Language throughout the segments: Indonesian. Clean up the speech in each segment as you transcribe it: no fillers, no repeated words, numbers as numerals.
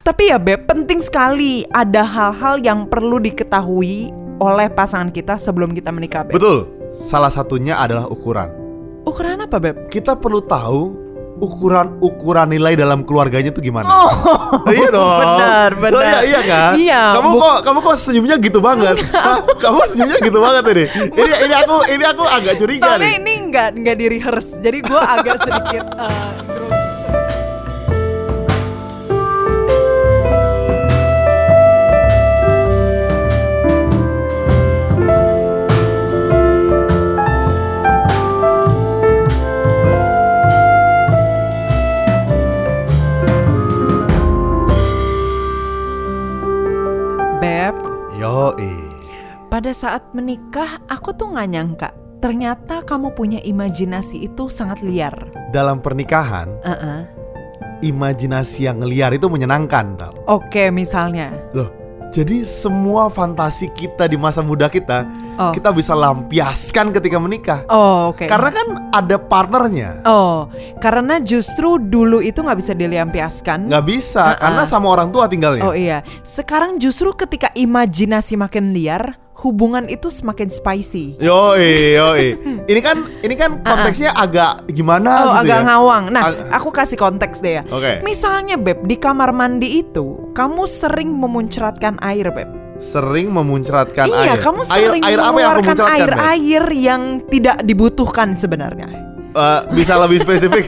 Tapi ya Beb, penting sekali ada hal-hal yang perlu diketahui oleh pasangan kita sebelum kita menikah, Beb. Betul. Salah satunya adalah ukuran. Ukuran apa, Beb? Kita perlu tahu ukuran nilai dalam keluarganya itu gimana. Iya dong. Benar. Oh, iya kan? Iya. Kamu kok senyumnya gitu banget? Hah? Kamu senyumnya gitu banget ini. Ini aku agak curiga. Soalnya nih. ini nggak di rehearse, jadi gue agak sedikit grogi. Beb, pada saat menikah aku tuh nggak nyangka ternyata kamu punya imajinasi itu sangat liar. Dalam pernikahan, imajinasi yang liar itu menyenangkan, tau? Oke, misalnya. Loh, jadi semua fantasi kita di masa muda kita, kita bisa lampiaskan ketika menikah. Oh, oke. Karena kan ada partnernya. Oh, karena justru dulu itu nggak bisa dilampiaskan. Nggak bisa, karena sama orang tua tinggalnya. Oh iya, sekarang justru ketika imajinasi makin liar, hubungan itu semakin spicy. Yoi. Ini kan konteksnya agak gimana gitu agak ya? ngawang. Nah, aku kasih konteks deh ya. Oke. Misalnya Beb, di kamar mandi itu kamu sering memuncratkan air, Beb. Sering memuncratkan air. Iya, kamu sering air apa yang aku mengeluarkan muncratkan, Beb? air yang tidak dibutuhkan sebenarnya. Bisa lebih spesifik?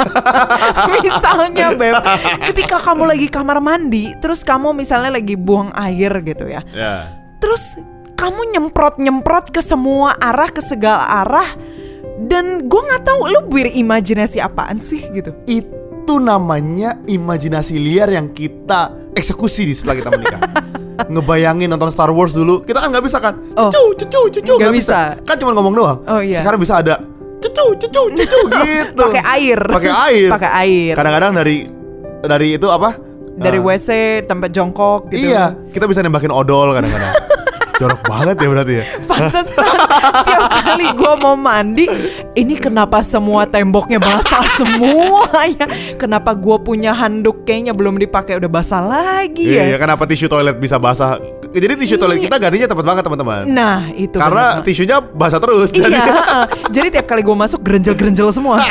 Misalnya Beb, ketika kamu lagi kamar mandi, terus kamu misalnya lagi buang air gitu ya. Ya. Terus kamu nyemprot ke semua arah, ke segala arah, dan gue nggak tahu lu berimajinasi apaan sih gitu. Itu namanya imajinasi liar yang kita eksekusi setelah kita menikah. Ngebayangin nonton Star Wars dulu, kita kan nggak bisa kan? Cucu, nggak bisa. Kan cuma ngomong doang. Oh iya. Sekarang bisa ada cucu gitu. Pakai air. Kadang-kadang dari itu apa? Dari WC tempat jongkok gitu. Iya, kita bisa nembakin odol kadang-kadang. Jorok banget ya berarti ya. Pantesan tiap kali gue mau mandi, ini kenapa semua temboknya basah semua ya? Kenapa gue punya handuk kayaknya belum dipakai udah basah lagi ya? Iya, kenapa tisu toilet bisa basah? Jadi tisu toilet kita gantinya cepet banget teman-teman. Nah itu karena tisunya basah terus. Iya. Jadi tiap kali gue masuk gerenjel semua.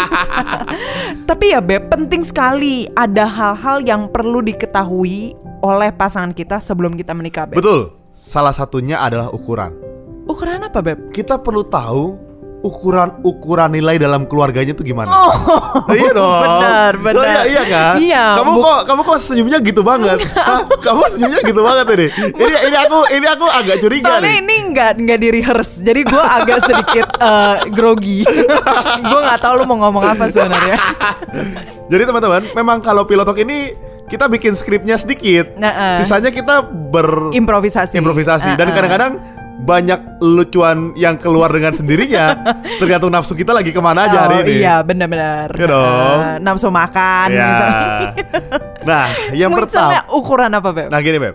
Tapi ya Beb, penting sekali ada hal-hal yang perlu diketahui oleh pasangan kita sebelum kita menikah, Beb. Betul. Salah satunya adalah ukuran. Ukuran apa, Beb? Kita perlu tahu ukuran nilai dalam keluarganya itu gimana. Iya dong. Benar. Oh, iya kan? Iya. Kamu kok senyumnya gitu banget? Kamu senyumnya gitu banget ini. Ini aku agak curiga. Soalnya nih. ini nggak di rehearse, jadi gue agak sedikit grogi. Gue nggak tahu lu mau ngomong apa sebenarnya. Jadi teman-teman, memang kalau Pilotalk ini kita bikin skripnya sedikit, sisanya kita improvisasi. Dan kadang-kadang banyak lucuan yang keluar dengan sendirinya. Tergantung nafsu kita lagi kemana aja hari ini. Iya, benar-benar. Ya dong. Nafsu makan. Ya. Nah, yang pertama, ukuran apa, Beb? Nah gini, Beb.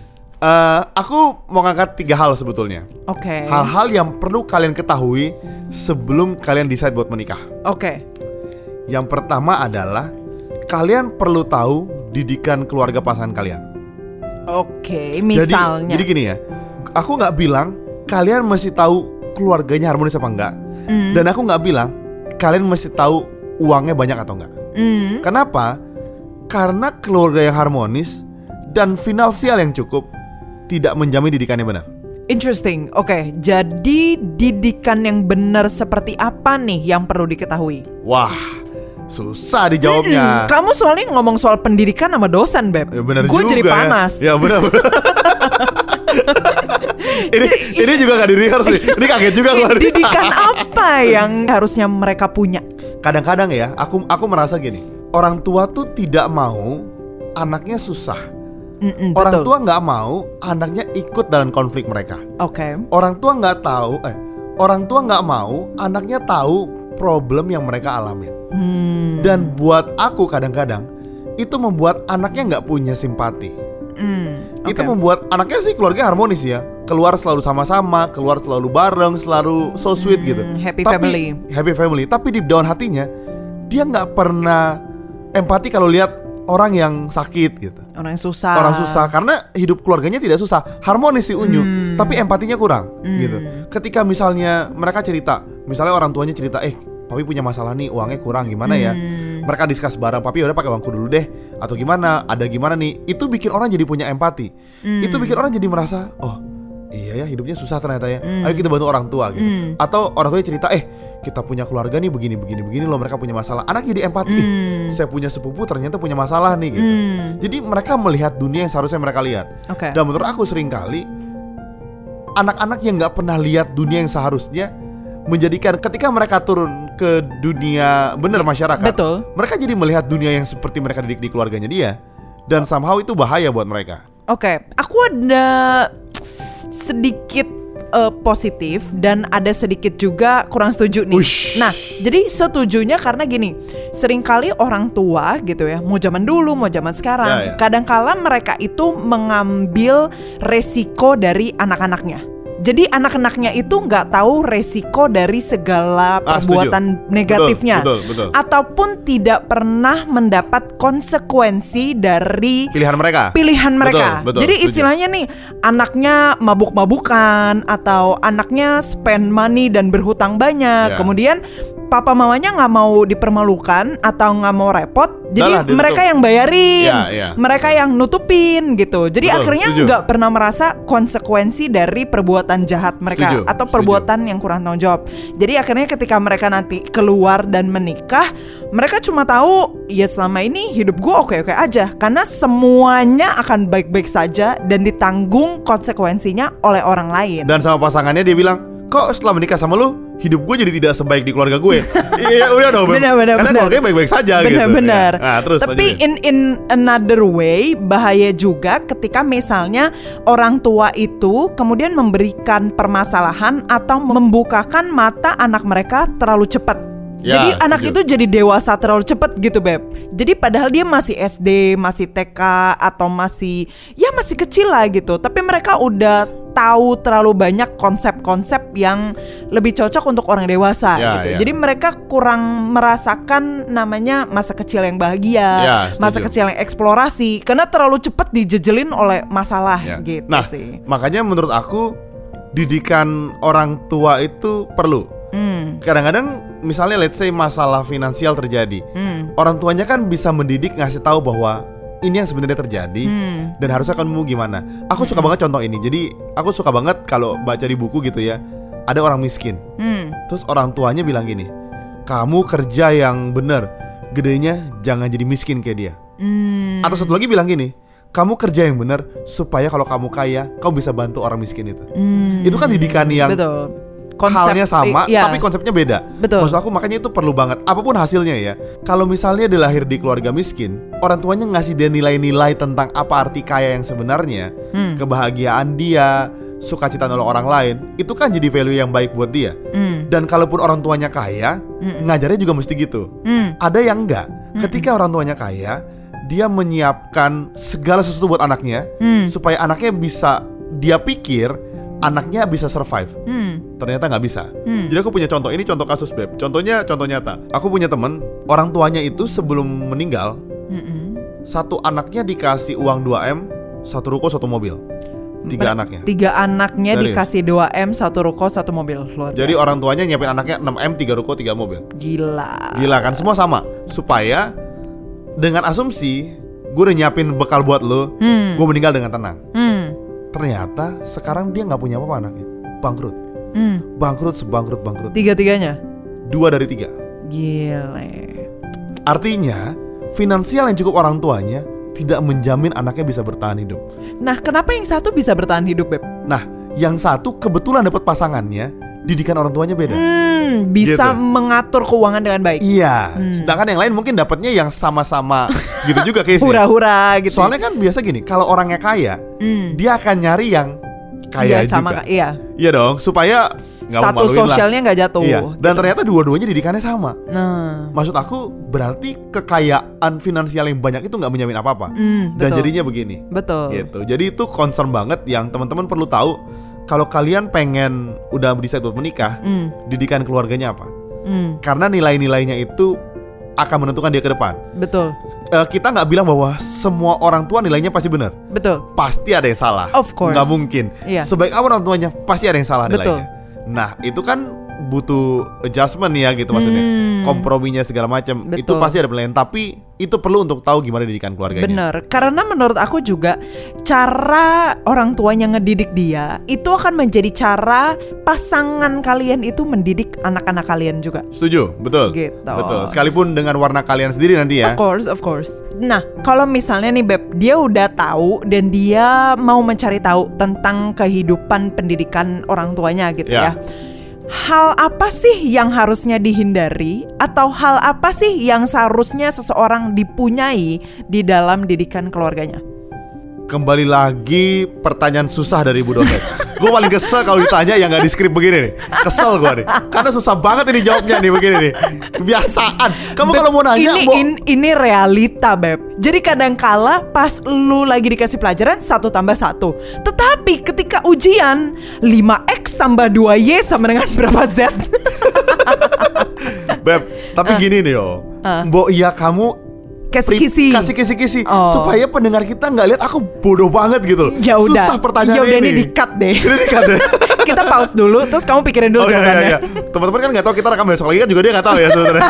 Aku mau ngangkat 3 hal sebetulnya. Oke. Hal-hal yang perlu kalian ketahui sebelum kalian decide buat menikah. Oke. Yang pertama adalah kalian perlu tahu didikan keluarga pasangan kalian. Oke, misalnya. Jadi gini ya, aku nggak bilang kalian mesti tahu keluarganya harmonis apa enggak, dan aku nggak bilang kalian mesti tahu uangnya banyak atau enggak. Kenapa? Karena keluarga yang harmonis dan finansial yang cukup tidak menjamin didikannya benar. Interesting. Oke, jadi didikan yang benar seperti apa nih yang perlu diketahui? Wah, susah dijawabnya. Kamu soalnya ngomong soal pendidikan sama dosen, Beb. Ya benar juga. Gue jadi panas. Ya benar. ini juga gak di-rehearse nih. Ini kaget juga gue. Didikan apa yang harusnya mereka punya? Kadang-kadang ya, aku merasa gini. Orang tua tuh tidak mau anaknya susah. Orang tua nggak mau anaknya ikut dalam konflik mereka. Oke. Orang tua nggak mau anaknya tahu problem yang mereka alamin. Dan buat aku kadang-kadang itu membuat anaknya nggak punya simpati. Itu membuat anaknya sih keluarga harmonis ya, keluar selalu sama-sama, keluar selalu bareng, selalu so sweet gitu. Happy family. Tapi deep down hatinya dia nggak pernah empati kalau lihat orang yang sakit gitu. Orang yang susah. Orang susah karena hidup keluarganya tidak susah, harmonis si Unyu, tapi empatinya kurang gitu. Ketika misalnya mereka cerita, misalnya orang tuanya cerita, papi punya masalah nih, uangnya kurang gimana ya? Mereka diskus bareng, papi udah pakai uangku dulu deh, atau gimana? Ada gimana nih? Itu bikin orang jadi punya empati. Itu bikin orang jadi merasa, oh iya ya hidupnya susah ternyata ya. Ayo kita bantu orang tua gitu. Atau orang tuanya cerita, kita punya keluarga nih begini loh, mereka punya masalah. Anak jadi empati. Saya punya sepupu ternyata punya masalah nih gitu. Jadi mereka melihat dunia yang seharusnya mereka lihat. Dan menurut aku seringkali anak-anak yang nggak pernah lihat dunia yang seharusnya menjadikan ketika mereka turun ke dunia benar masyarakat, betul, mereka jadi melihat dunia yang seperti mereka didik di keluarganya dia, dan somehow itu bahaya buat mereka. Aku ada sedikit positif dan ada sedikit juga kurang setuju nih. Nah, jadi setujunya karena gini, seringkali orang tua gitu ya, mau zaman dulu mau zaman sekarang, kadangkala mereka itu mengambil resiko dari anak-anaknya. Jadi anak-anaknya itu nggak tahu resiko dari segala perbuatan negatifnya, betul. Ataupun tidak pernah mendapat konsekuensi dari pilihan mereka. Betul, jadi istilahnya nih, anaknya mabuk-mabukan atau anaknya spend money dan berhutang banyak, kemudian papa mamanya nggak mau dipermalukan atau nggak mau repot, jadi mereka yang bayarin, mereka yang nutupin gitu. Jadi akhirnya nggak pernah merasa konsekuensi dari perbuatan jahat mereka atau perbuatan yang kurang tanggung jawab. Jadi akhirnya ketika mereka nanti keluar dan menikah, mereka cuma tahu ya selama ini hidup gue oke-oke aja, karena semuanya akan baik-baik saja dan ditanggung konsekuensinya oleh orang lain. Dan sama pasangannya dia bilang, kok setelah menikah sama lu hidup gue jadi tidak sebaik di keluarga gue. Iya udah dong. Karena keluarganya baik-baik saja gitu. Benar. Nah, terus tapi in another way, bahaya juga ketika misalnya orang tua itu kemudian memberikan permasalahan atau membukakan mata anak mereka terlalu cepat. Jadi anak itu jadi dewasa terlalu cepat gitu, Beb. Jadi padahal dia masih SD, masih TK atau masih kecil lah gitu. Tapi mereka udah tahu terlalu banyak konsep-konsep yang lebih cocok untuk orang dewasa gitu. Jadi mereka kurang merasakan namanya masa kecil yang bahagia, masa kecil yang eksplorasi, karena terlalu cepat dijejelin oleh masalah gitu sih. Makanya menurut aku didikan orang tua itu perlu. Kadang-kadang misalnya let's say masalah finansial terjadi, orang tuanya kan bisa mendidik, ngasih tahu bahwa ini yang sebenarnya terjadi dan harusnya kamu gimana. Aku suka banget contoh ini. Jadi aku suka banget kalau baca di buku gitu ya, ada orang miskin, terus orang tuanya bilang gini, kamu kerja yang bener, gedenya jangan jadi miskin kayak dia. Atau satu lagi bilang gini, kamu kerja yang bener supaya kalau kamu kaya, kamu bisa bantu orang miskin itu. Itu kan didikan yang halnya sama, tapi konsepnya beda. Maksud aku makanya itu perlu banget. Apapun hasilnya ya, kalau misalnya dia lahir di keluarga miskin, orang tuanya ngasih dia nilai-nilai tentang apa arti kaya yang sebenarnya, kebahagiaan dia, sukacita nolong orang lain, itu kan jadi value yang baik buat dia. Dan kalaupun orang tuanya kaya, ngajarnya juga mesti gitu. Ada yang enggak. Ketika orang tuanya kaya, dia menyiapkan segala sesuatu buat anaknya, supaya anaknya bisa, dia pikir anaknya bisa survive. Ternyata nggak bisa. Jadi aku punya contoh, ini contoh kasus, Beb. Contohnya contoh nyata. Aku punya temen, orang tuanya itu sebelum meninggal, satu anaknya dikasih uang 2M, satu ruko, satu mobil. Tiga anaknya dikasih 2M, satu ruko, satu mobil. Luar biasa. Jadi orang tuanya nyiapin anaknya 6M, 3 ruko, 3 mobil. Gila kan, semua sama. Supaya dengan asumsi gue udah nyiapin bekal buat lo, gue meninggal dengan tenang. Ternyata sekarang dia gak punya apa-apa anaknya. Bangkrut. Bangkrut sebangkrut. Tiga-tiganya? 2 dari 3. Gile. Artinya finansial yang cukup orang tuanya tidak menjamin anaknya bisa bertahan hidup. Nah, kenapa yang satu bisa bertahan hidup, Beb? Nah, yang satu kebetulan dapat pasangannya, didikan orang tuanya beda. Bisa gitu, mengatur keuangan dengan baik. Iya. Sedangkan yang lain mungkin dapatnya yang sama-sama gitu juga case-nya. Hura-hura gitu. Soalnya kan biasa gini, kalau orangnya kaya, dia akan nyari yang kaya juga. Iya dong, supaya status sosialnya nggak jatuh. Iya. Dan gitu. Ternyata dua-duanya didikannya sama. Nah, maksud aku berarti kekayaan finansial yang banyak itu nggak menjamin apa-apa. Dan jadinya begini. Betul. Gitu. Jadi itu concern banget yang teman-teman perlu tahu. Kalau kalian pengen udah decide buat menikah, didikan keluarganya apa? Karena nilai-nilainya itu akan menentukan dia ke depan. Betul. Kita nggak bilang bahwa semua orang tua nilainya pasti benar. Betul. Pasti ada yang salah. Of course. Nggak mungkin. Sebaik apa orang tuanya pasti ada yang salah nilainya. Nah itu kan butuh adjustment ya gitu maksudnya. Komprominya segala macam. Itu pasti ada penilaian. Tapi itu perlu untuk tahu gimana didikan keluarganya. Bener. Karena menurut aku juga cara orang tuanya ngedidik dia itu akan menjadi cara pasangan kalian itu mendidik anak-anak kalian juga. Setuju, betul. Gitu. Betul. Sekalipun dengan warna kalian sendiri nanti ya. Of course. Nah, kalau misalnya nih Beb, dia udah tahu dan dia mau mencari tahu tentang kehidupan pendidikan orang tuanya gitu ya. Hal apa sih yang harusnya dihindari atau hal apa sih yang seharusnya seseorang dipunyai di dalam didikan keluarganya? Kembali lagi pertanyaan susah dari Ibu dosen. Gue paling kesel kalau ditanya yang gak di skrip begini nih. Kesel gue nih. Karena susah banget ini jawabnya nih begini nih. Kebiasaan. Kamu kalau mau nanya ini realita Beb. Jadi kadangkala pas lu lagi dikasih pelajaran 1 tambah 1. Tetapi ketika ujian 5X tambah 2Y sama dengan berapa Z? Beb, tapi gini nih yo. Mbok iya kamu kasih kisi-kisi supaya pendengar kita nggak lihat aku bodoh banget gitu. Ya udah. Susah pertanyaan ini. Ya udah ini di-cut deh. Kita pause dulu, terus kamu pikirin dulu jawabannya. Iya. Teman-teman kan nggak tahu kita rekam besok lagi kan juga dia nggak tahu ya sebenarnya.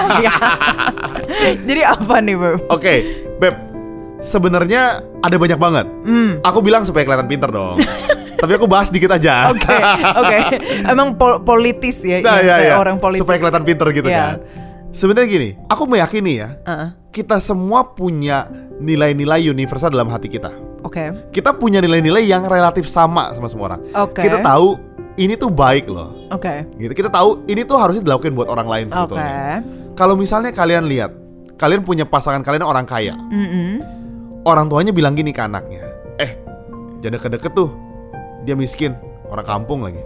Jadi apa nih Beb? Oke, Beb. Sebenarnya ada banyak banget. Aku bilang supaya kelihatan pinter dong. Tapi aku bahas dikit aja. Oke. Emang politis ya, orang politis. Supaya kelihatan pinter gitu kan. Sebenarnya gini, aku meyakini ya, kita semua punya nilai-nilai universal dalam hati kita. Kita punya nilai-nilai yang relatif sama semua orang. Kita tahu ini tuh baik loh. Gitu. Kita tahu ini tuh harusnya dilakukan buat orang lain sebetulnya. Kalau misalnya kalian lihat, kalian punya pasangan kalian orang kaya. Orang tuanya bilang gini ke anaknya, jangan deket-deket tuh, dia miskin, orang kampung lagi.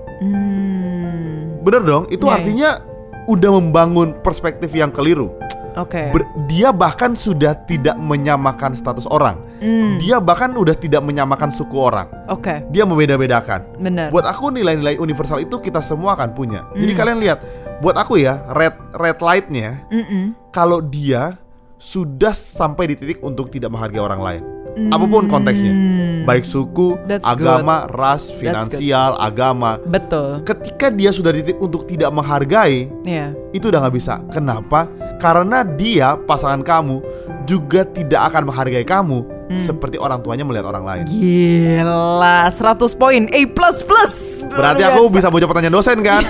Bener dong, itu artinya udah membangun perspektif yang keliru. Dia bahkan sudah tidak menyamakan status orang. Dia bahkan udah tidak menyamakan suku orang. Dia membeda-bedakan. Bener. Buat aku nilai-nilai universal itu kita semua akan punya. Jadi kalian lihat, buat aku ya red lightnya, kalau dia sudah sampai di titik untuk tidak menghargai orang lain, apapun konteksnya, baik suku, agama, ras, finansial, agama. Betul. Ketika dia sudah di titik untuk tidak menghargai, itu udah gak bisa. Kenapa? Karena dia, pasangan kamu, juga tidak akan menghargai kamu seperti orang tuanya melihat orang lain. Gila, 100 poin, A++. Berarti aku bisa baca pertanyaan dosen kan?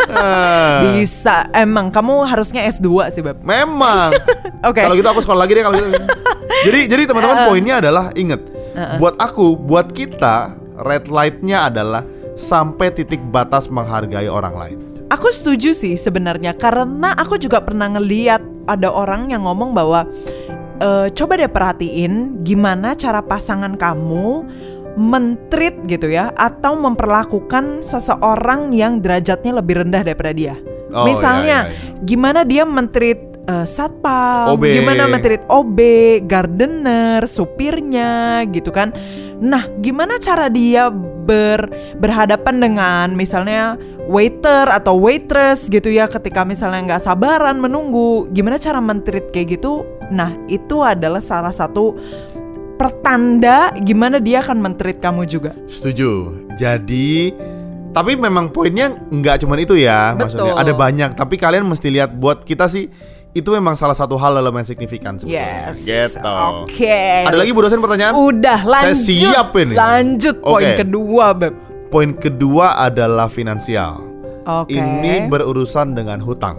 Bisa. Emang kamu harusnya S2 sih Beb. Memang. Kalau gitu aku sekolah lagi deh kalau gitu. Jadi teman-teman poinnya adalah ingat, buat aku, buat kita, red lightnya adalah sampai titik batas menghargai orang lain. Aku setuju sih sebenarnya, karena aku juga pernah ngeliat ada orang yang ngomong bahwa coba deh perhatiin gimana cara pasangan kamu mentreat gitu ya, atau memperlakukan seseorang yang derajatnya lebih rendah daripada dia. Misalnya gimana dia mentreat satpam, gimana mentreat OB, gardener, supirnya gitu kan. Nah, gimana cara dia berhadapan dengan misalnya waiter atau waitress gitu ya, ketika misalnya nggak sabaran menunggu, gimana cara mentreat kayak gitu. Nah, itu adalah salah satu pertanda gimana dia akan mentreat kamu juga. Setuju. Jadi, tapi memang poinnya nggak cuma itu ya. Betul. Maksudnya ada banyak. Tapi kalian mesti lihat, buat kita sih itu memang salah satu hal dalam yang signifikan sebetulnya. Gitu. Ada lagi Bu dosen pertanyaan? Udah, lanjut. Saya siap ini. Lanjut poin kedua, Beb. Poin kedua adalah finansial. Ini berurusan dengan hutang.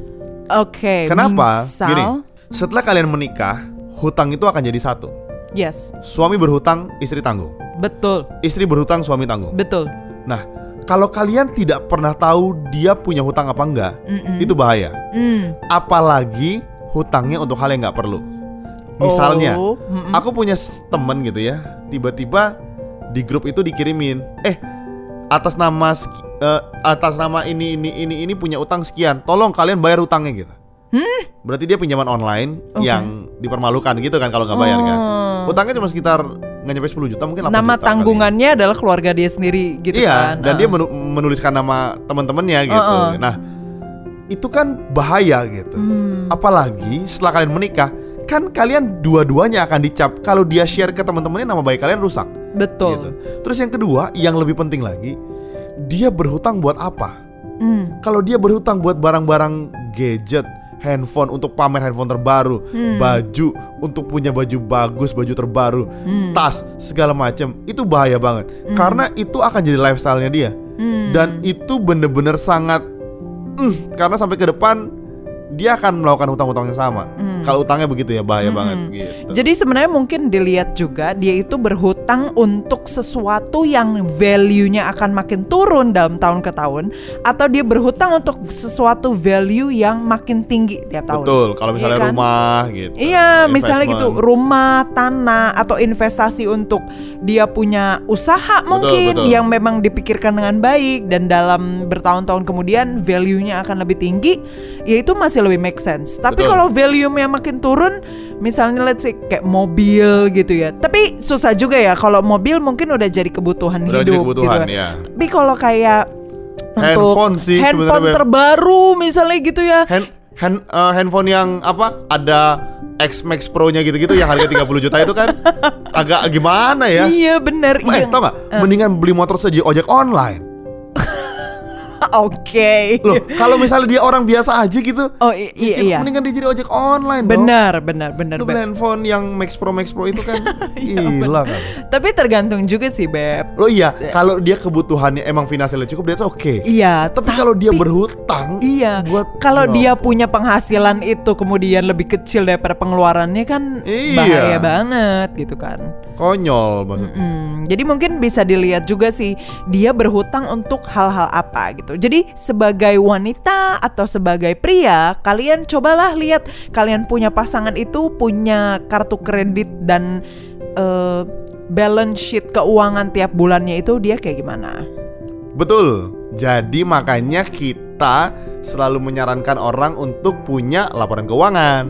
Kenapa? Gini, setelah kalian menikah, hutang itu akan jadi satu. Suami berhutang, istri tanggung. Betul. Istri berhutang, suami tanggung. Betul. Nah, kalau kalian tidak pernah tahu dia punya hutang apa enggak, itu bahaya. Apalagi hutangnya untuk hal yang nggak perlu. Misalnya, aku punya temen gitu ya, tiba-tiba di grup itu dikirimin, atas nama ini punya utang sekian, tolong kalian bayar hutangnya gitu. Berarti dia pinjaman online yang dipermalukan gitu kan kalau nggak bayar kan. Hutangnya cuma sekitar nggak nyampe 10 juta, mungkin 8 nama juta tanggungannya adalah keluarga dia sendiri gitu kan. Dan dia menuliskan nama teman-temannya gitu. Nah, itu kan bahaya gitu. Apalagi setelah kalian menikah, kan kalian dua-duanya akan dicap kalau dia share ke teman-temannya, nama baik kalian rusak. Betul. Gitu. Terus yang kedua, yang lebih penting lagi, dia berhutang buat apa? Kalau dia berhutang buat barang-barang gadget, handphone untuk pamer handphone terbaru, baju untuk punya baju bagus, baju terbaru, tas segala macam, itu bahaya banget. Karena itu akan jadi lifestyle-nya dia. Dan itu bener-bener sangat karena sampai ke depan dia akan melakukan hutang-hutang yang sama. Kalau utangnya begitu ya bahaya banget gitu. Jadi sebenarnya mungkin dilihat juga dia itu berhutang untuk sesuatu yang value-nya akan makin turun dalam tahun ke tahun, atau dia berhutang untuk sesuatu value yang makin tinggi tiap tahun. Betul, kalau misalnya kan? rumah gitu. Iya, misalnya gitu, rumah, tanah, atau investasi untuk dia punya usaha mungkin betul. yang memang dipikirkan dengan baik dan dalam bertahun-tahun kemudian value-nya akan lebih tinggi, ya itu masih lebih make sense. Tapi kalau volume-nya makin turun, misalnya let's say kayak mobil gitu ya. Tapi susah juga ya kalau mobil mungkin udah jadi kebutuhan udah hidup jadi kebutuhan, gitu. ya. Tapi kalau kayak handphone sih handphone terbaru misalnya gitu ya. Handphone yang apa? Ada X Max Pro-nya gitu-gitu yang harga 30 juta itu kan agak gimana ya? Iya benar. Tau gak? Mendingan beli motor saja ojek online. Oke. Loh, kalau misalnya dia orang biasa aja gitu, iya. mendingan dia jadi ojek online. Benar. Lu beli handphone yang Max Pro itu kan gila kan. Tapi tergantung juga sih, Beb. Loh iya, kalau dia kebutuhannya emang finansialnya cukup, dia tuh oke. Iya, tapi kalau dia berhutang, kalau dia punya penghasilan itu kemudian lebih kecil daripada pengeluarannya kan bahaya banget gitu kan. Konyol maksudnya. Jadi mungkin bisa dilihat juga sih dia berhutang untuk hal-hal apa gitu. Jadi sebagai wanita atau sebagai pria, kalian cobalah lihat kalian punya pasangan itu punya kartu kredit dan balance sheet keuangan tiap bulannya itu dia kayak gimana. Betul. Jadi makanya kita selalu menyarankan orang untuk punya laporan keuangan.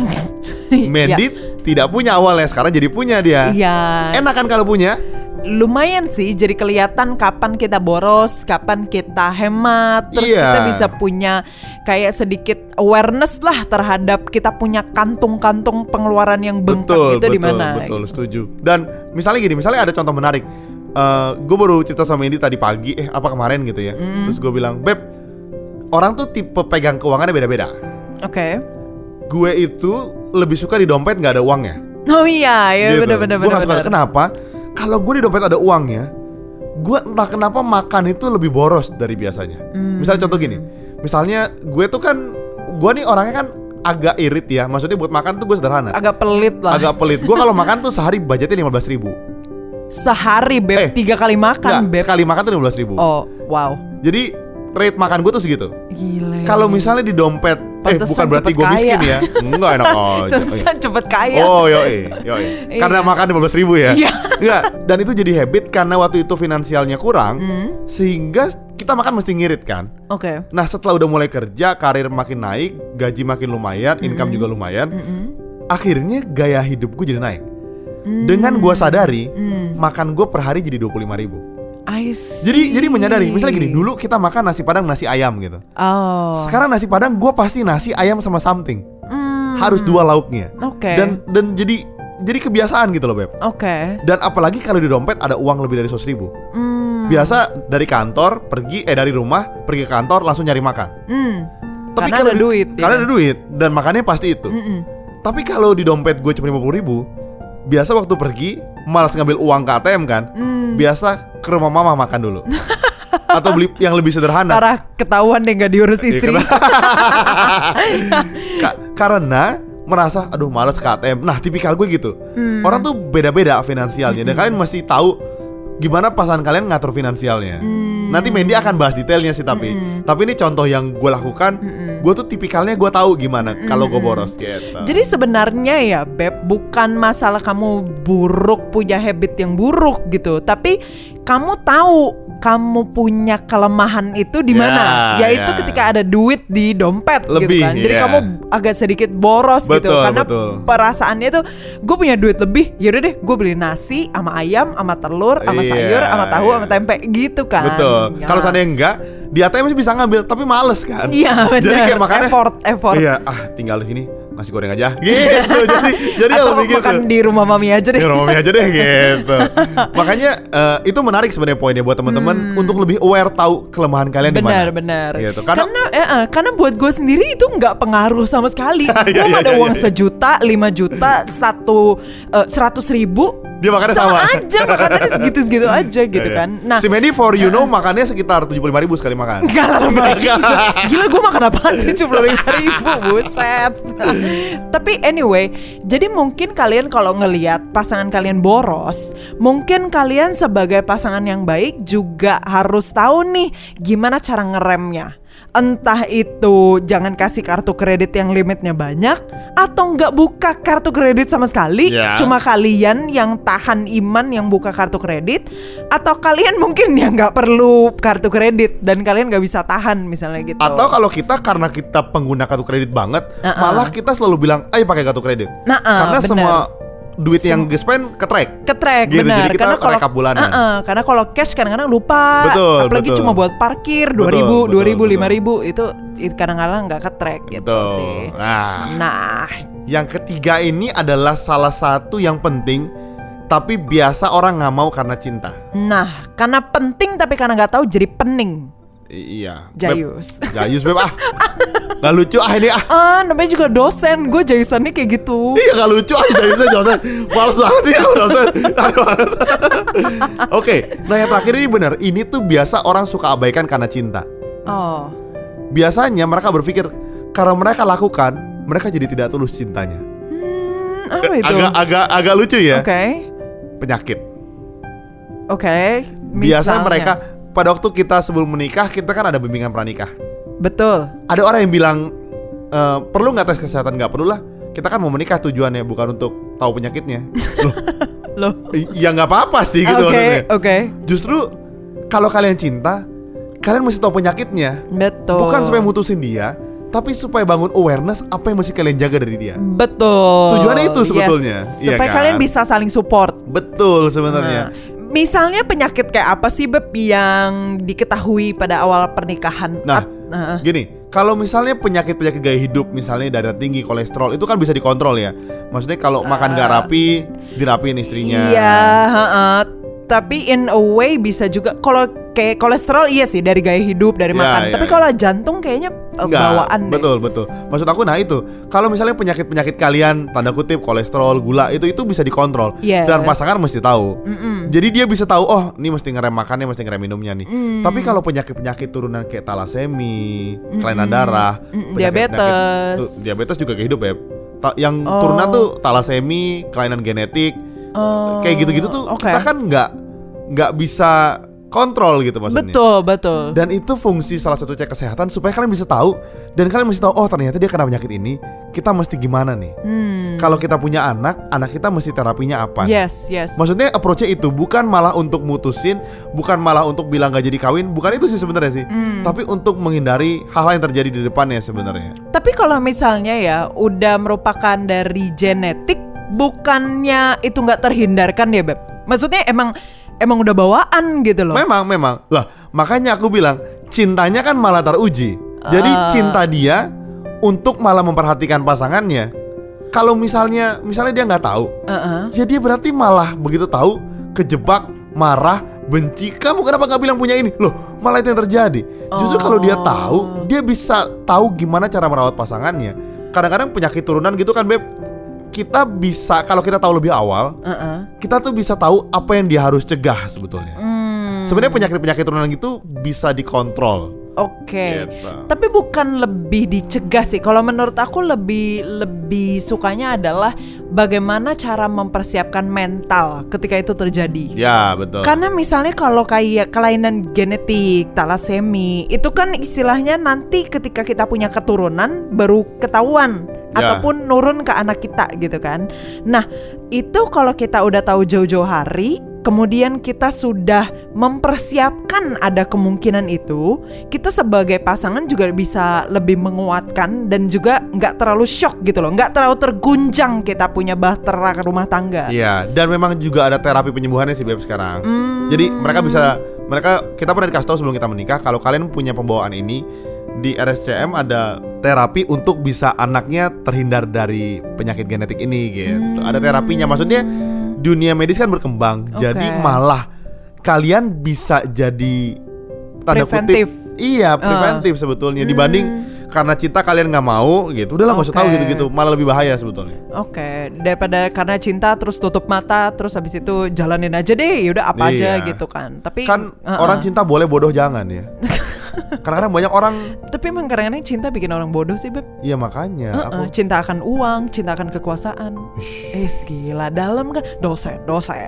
Mandy tidak punya awalnya, sekarang jadi punya dia. Iya. Enak kan kalau punya? Lumayan sih, jadi kelihatan kapan kita boros, kapan kita hemat. Terus kita bisa punya kayak sedikit awareness lah terhadap kita punya kantung-kantung pengeluaran yang bengkak itu di mana. Betul, setuju. Dan misalnya gini, misalnya ada contoh menarik. Gue baru cerita sama Indi tadi pagi, kemarin gitu ya. Terus gue bilang, Beb, orang tuh tipe pegang keuangannya beda-beda. Oke. Gue itu lebih suka di dompet nggak ada uangnya. Oh iya, gitu. benar. Gue nggak suka. Kenapa? Kalau gue di dompet ada uangnya, gue entah kenapa makan itu lebih boros dari biasanya. Misalnya contoh gini, misalnya gue tuh kan, gue nih orangnya kan agak irit ya. Maksudnya buat makan tuh gue sederhana. Agak pelit lah. Gue kalau makan tuh sehari budgetnya 15.000. Sehari, Beb, 3 kali makan, Beb. Sekali makan tuh 15.000. Oh, wow. Jadi rate makan gue tuh segitu. Gila. Kalau misalnya di dompet, bukan berarti gue miskin ya. Enggak, enak aja. Pantesan cepet kaya. Oh yoi. Karena makan 15.000 ya. Enggak. Dan itu jadi habit karena waktu itu finansialnya kurang, sehingga kita makan mesti ngirit kan. Oke. Nah setelah udah mulai kerja, karir makin naik, gaji makin lumayan, income juga lumayan, akhirnya gaya hidup gue jadi naik. Dengan gue sadari, makan gue per hari jadi 25.000. Jadi menyadari, misalnya gini, dulu kita makan nasi padang nasi ayam gitu. Sekarang nasi padang gue pasti nasi ayam sama something. Harus 2 lauknya. Dan jadi kebiasaan gitu loh, Beb. Dan apalagi kalau di dompet ada uang lebih dari 100.000. Biasa dari kantor dari rumah pergi ke kantor langsung nyari makan. Tapi karena kalau ada duit. Karena ada duit dan makannya pasti itu. Tapi kalau di dompet gue cuma 50.000, biasa waktu pergi malas ngambil uang ke ATM kan. Biasa ke rumah mama makan dulu. Atau beli yang lebih sederhana. Parah, ketahuan deh gak diurus istri. Karena merasa aduh malas ke ATM. Nah tipikal gue gitu. Orang tuh beda-beda finansialnya. Dan kalian masih tahu gimana pasangan kalian ngatur finansialnya. Nanti Mandy akan bahas detailnya sih tapi ini contoh yang gue lakukan. Gue tuh tipikalnya gue tahu gimana kalau gue boros gitu. Jadi sebenarnya ya Beb, bukan masalah kamu buruk, punya habit yang buruk gitu, tapi kamu tahu kamu punya kelemahan itu di mana, yaitu ketika ada duit di dompet lebih, gitu kan. Jadi kamu agak sedikit boros gitu karena perasaannya tuh gue punya duit lebih, yaudah deh gue beli nasi sama ayam sama telur sama sayur sama tahu sama tempe gitu kan. Betul. Kalau seandainya enggak, di ATM masih bisa ngambil tapi males kan. Iya benar. Jadi kayak makanya effort. Iya, tinggal di sini nasi goreng aja gitu. jadi atau lebih makan gitu. di rumah mami aja deh. Di rumah mami aja deh gitu. Makanya itu menarik sebenarnya poinnya buat teman-teman untuk lebih aware tahu kelemahan kalian di mana. Benar. Gitu. Karena buat gue sendiri itu nggak pengaruh sama sekali. Gue ada uang 1 juta, 5 juta, 100.000. Dia makannya sama aja, makannya segitu-segitu aja gitu kan. Nah, si Mandy for you know makannya sekitar 75.000 sekali makan. Enggak lah, gila gue makan apaan 75.000, buset. Tapi anyway, jadi mungkin kalian kalau ngelihat pasangan kalian boros, mungkin kalian sebagai pasangan yang baik juga harus tahu nih gimana cara ngeremnya. Entah itu jangan kasih kartu kredit yang limitnya banyak, atau nggak buka kartu kredit sama sekali, cuma kalian yang tahan iman yang buka kartu kredit, atau kalian mungkin yang nggak perlu kartu kredit dan kalian nggak bisa tahan misalnya gitu. Atau kalau kita karena kita pengguna kartu kredit banget, malah kita selalu bilang ayo pakai kartu kredit, karena bener. Semua duit yang spend ketrek gitu, benar. Jadi kita rekap bulanan. Karena kalau cash kadang-kadang lupa. Apalagi cuma buat parkir 2.000, 5.000 itu kadang-kadang nggak ketrek gitu sih. Nah, yang ketiga ini adalah salah satu yang penting, tapi biasa orang nggak mau karena cinta. Nah, karena penting tapi karena nggak tahu jadi pening. Iya. Jayus Beb Gak lucu ini namanya juga dosen. Gue jayusannya kayak gitu. Iya gak lucu jayusnya dosen. Males banget ya dosen. Oke, nah yang terakhir ini benar. Ini tuh biasa orang suka abaikan karena cinta. Biasanya mereka berpikir karena mereka lakukan, mereka jadi tidak tulus cintanya. Apa itu? Agak lucu ya. Penyakit. Biasanya mereka pada waktu kita sebelum menikah, kita kan ada bimbingan pranikah. Betul. Ada orang yang bilang perlu nggak tes kesehatan? Nggak perlu lah. Kita kan mau menikah tujuannya bukan untuk tahu penyakitnya. Loh. Ya nggak apa-apa sih gitu. Justru kalau kalian cinta, kalian mesti tahu penyakitnya. Betul. Bukan supaya mutusin dia, tapi supaya bangun awareness apa yang mesti kalian jaga dari dia. Betul. Tujuannya itu sebetulnya. Supaya kalian bisa saling support. Betul sebenarnya. Misalnya penyakit kayak apa sih Beb yang diketahui pada awal pernikahan? Gini, kalau misalnya penyakit-penyakit gaya hidup, misalnya darah tinggi, kolesterol, itu kan bisa dikontrol ya. Maksudnya kalau makan gak rapi, dirapiin istrinya. Iya, tapi in a way bisa juga. Kalau kayak kolesterol iya sih dari gaya hidup, dari makan. Tapi kalau jantung kayaknya bawaan deh. Betul. Maksud aku itu, kalau misalnya penyakit-penyakit kalian tanda kutip kolesterol, gula itu bisa dikontrol. Dan pasangan mesti tahu. Jadi dia bisa tahu, oh ini mesti ngerem makannya, mesti ngerem minumnya nih. Tapi kalau penyakit-penyakit turunan kayak talasemi, kelainan darah, diabetes juga gaya hidup ya. Yang turunan tuh talasemi, kelainan genetik, kayak gitu-gitu tuh kita kan nggak bisa kontrol gitu maksudnya. Betul. Dan itu fungsi salah satu cek kesehatan supaya kalian bisa tahu, dan kalian mesti tahu, oh ternyata dia kena penyakit ini, kita mesti gimana nih. Kalau kita punya anak kita mesti terapinya apa? Yes. Maksudnya approach-nya itu bukan malah untuk mutusin, bukan malah untuk bilang gak jadi kawin, bukan itu sih sebenarnya sih. Tapi untuk menghindari hal-hal yang terjadi di depannya sebenarnya. Tapi kalau misalnya ya udah merupakan dari genetik, bukannya itu nggak terhindarkan ya Beb? Maksudnya emang udah bawaan gitu loh. Memang. Lah, makanya aku bilang cintanya kan malah teruji. Jadi cinta dia untuk malah memperhatikan pasangannya. Kalau misalnya dia nggak tahu, ya dia berarti malah begitu tahu kejebak, marah, benci. Kamu kenapa nggak bilang punya ini? Loh, malah itu yang terjadi. Justru kalau dia tahu, dia bisa tahu gimana cara merawat pasangannya. Kadang-kadang penyakit turunan gitu kan Beb, kita bisa, kalau kita tahu lebih awal, kita tuh bisa tahu apa yang dia harus cegah sebetulnya. Sebenarnya penyakit-penyakit turunan gitu bisa dikontrol. Gitu. Tapi bukan lebih dicegah sih. Kalau menurut aku lebih sukanya adalah bagaimana cara mempersiapkan mental ketika itu terjadi. Ya betul. Karena misalnya kalau kayak kelainan genetik, talasemi, itu kan istilahnya nanti ketika kita punya keturunan baru ketahuan. Ataupun nurun ke anak kita gitu kan. Nah itu kalau kita udah tahu jauh-jauh hari, kemudian kita sudah mempersiapkan ada kemungkinan itu, kita sebagai pasangan juga bisa lebih menguatkan dan juga nggak terlalu shock gitu loh, nggak terlalu terguncang kita punya bahtera rumah tangga. Iya, dan memang juga ada terapi penyembuhannya sih Beb sekarang. Jadi kita pernah dikasih tahu sebelum kita menikah, kalau kalian punya pembawaan ini di RSCM ada terapi untuk bisa anaknya terhindar dari penyakit genetik ini gitu. Ada terapinya, maksudnya dunia medis kan berkembang, jadi malah kalian bisa jadi tanda preventif. kutip, iya preventif sebetulnya dibanding karena cinta kalian nggak mau gitu. Udahlah nggak usah tahu gitu-gitu, malah lebih bahaya sebetulnya. Daripada karena cinta terus tutup mata terus habis itu jalanin aja deh, yaudah apa aja gitu kan. Tapi kan orang cinta boleh, bodoh jangan ya. Kadang-kadang banyak orang. Tapi emang kadang-kadang cinta bikin orang bodoh sih Beb. Iya makanya aku cinta akan uang, cinta akan kekuasaan. Gila dalam kan. Dosen.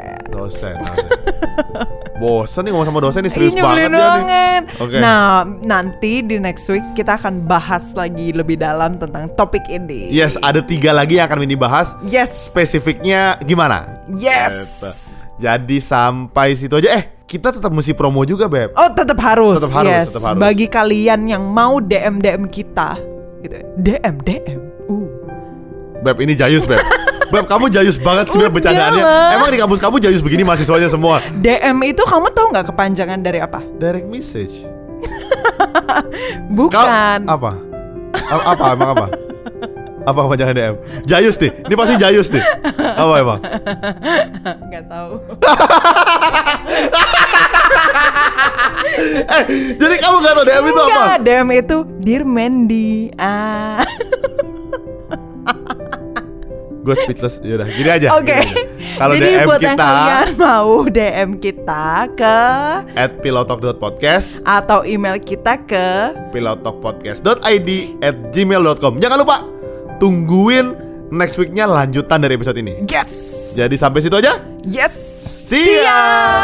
Bosan nih ngomong sama dosen nih, serius banget dia nih. Okay. Nah nanti di next week kita akan bahas lagi lebih dalam tentang topik ini. Yes, ada 3 lagi yang akan ini bahas. Yes. Spesifiknya gimana? Yes. Jadi sampai situ aja. Kita tetap mesti promo juga Beb. Oh tetap harus. Tetap harus. Bagi kalian yang mau DM kita gitu. DM. Beb ini jayus Beb. Beb kamu jayus banget sih Beb bercandaannya. Emang di kampus kamu jayus begini mahasiswanya semua? DM itu kamu tahu nggak kepanjangan dari apa? Direct message. Bukan. Apa? Emang apa? Apa kepanjangan DM? Jayus nih. Ini pasti jayus nih. Apa emang? Gak tahu. Jadi kamu gak tahu DM itu apa? DM itu Dear Mandy. Gue speechless. Yaudah gini aja. Oke. Kalau jadi DM buat kita, yang kalian mau DM kita ke @pilotalk.podcast atau email kita ke pilotalkpodcast.id@gmail.com. Jangan lupa tungguin next weeknya lanjutan dari episode ini. Yes. Jadi sampai situ aja. Yes. See ya.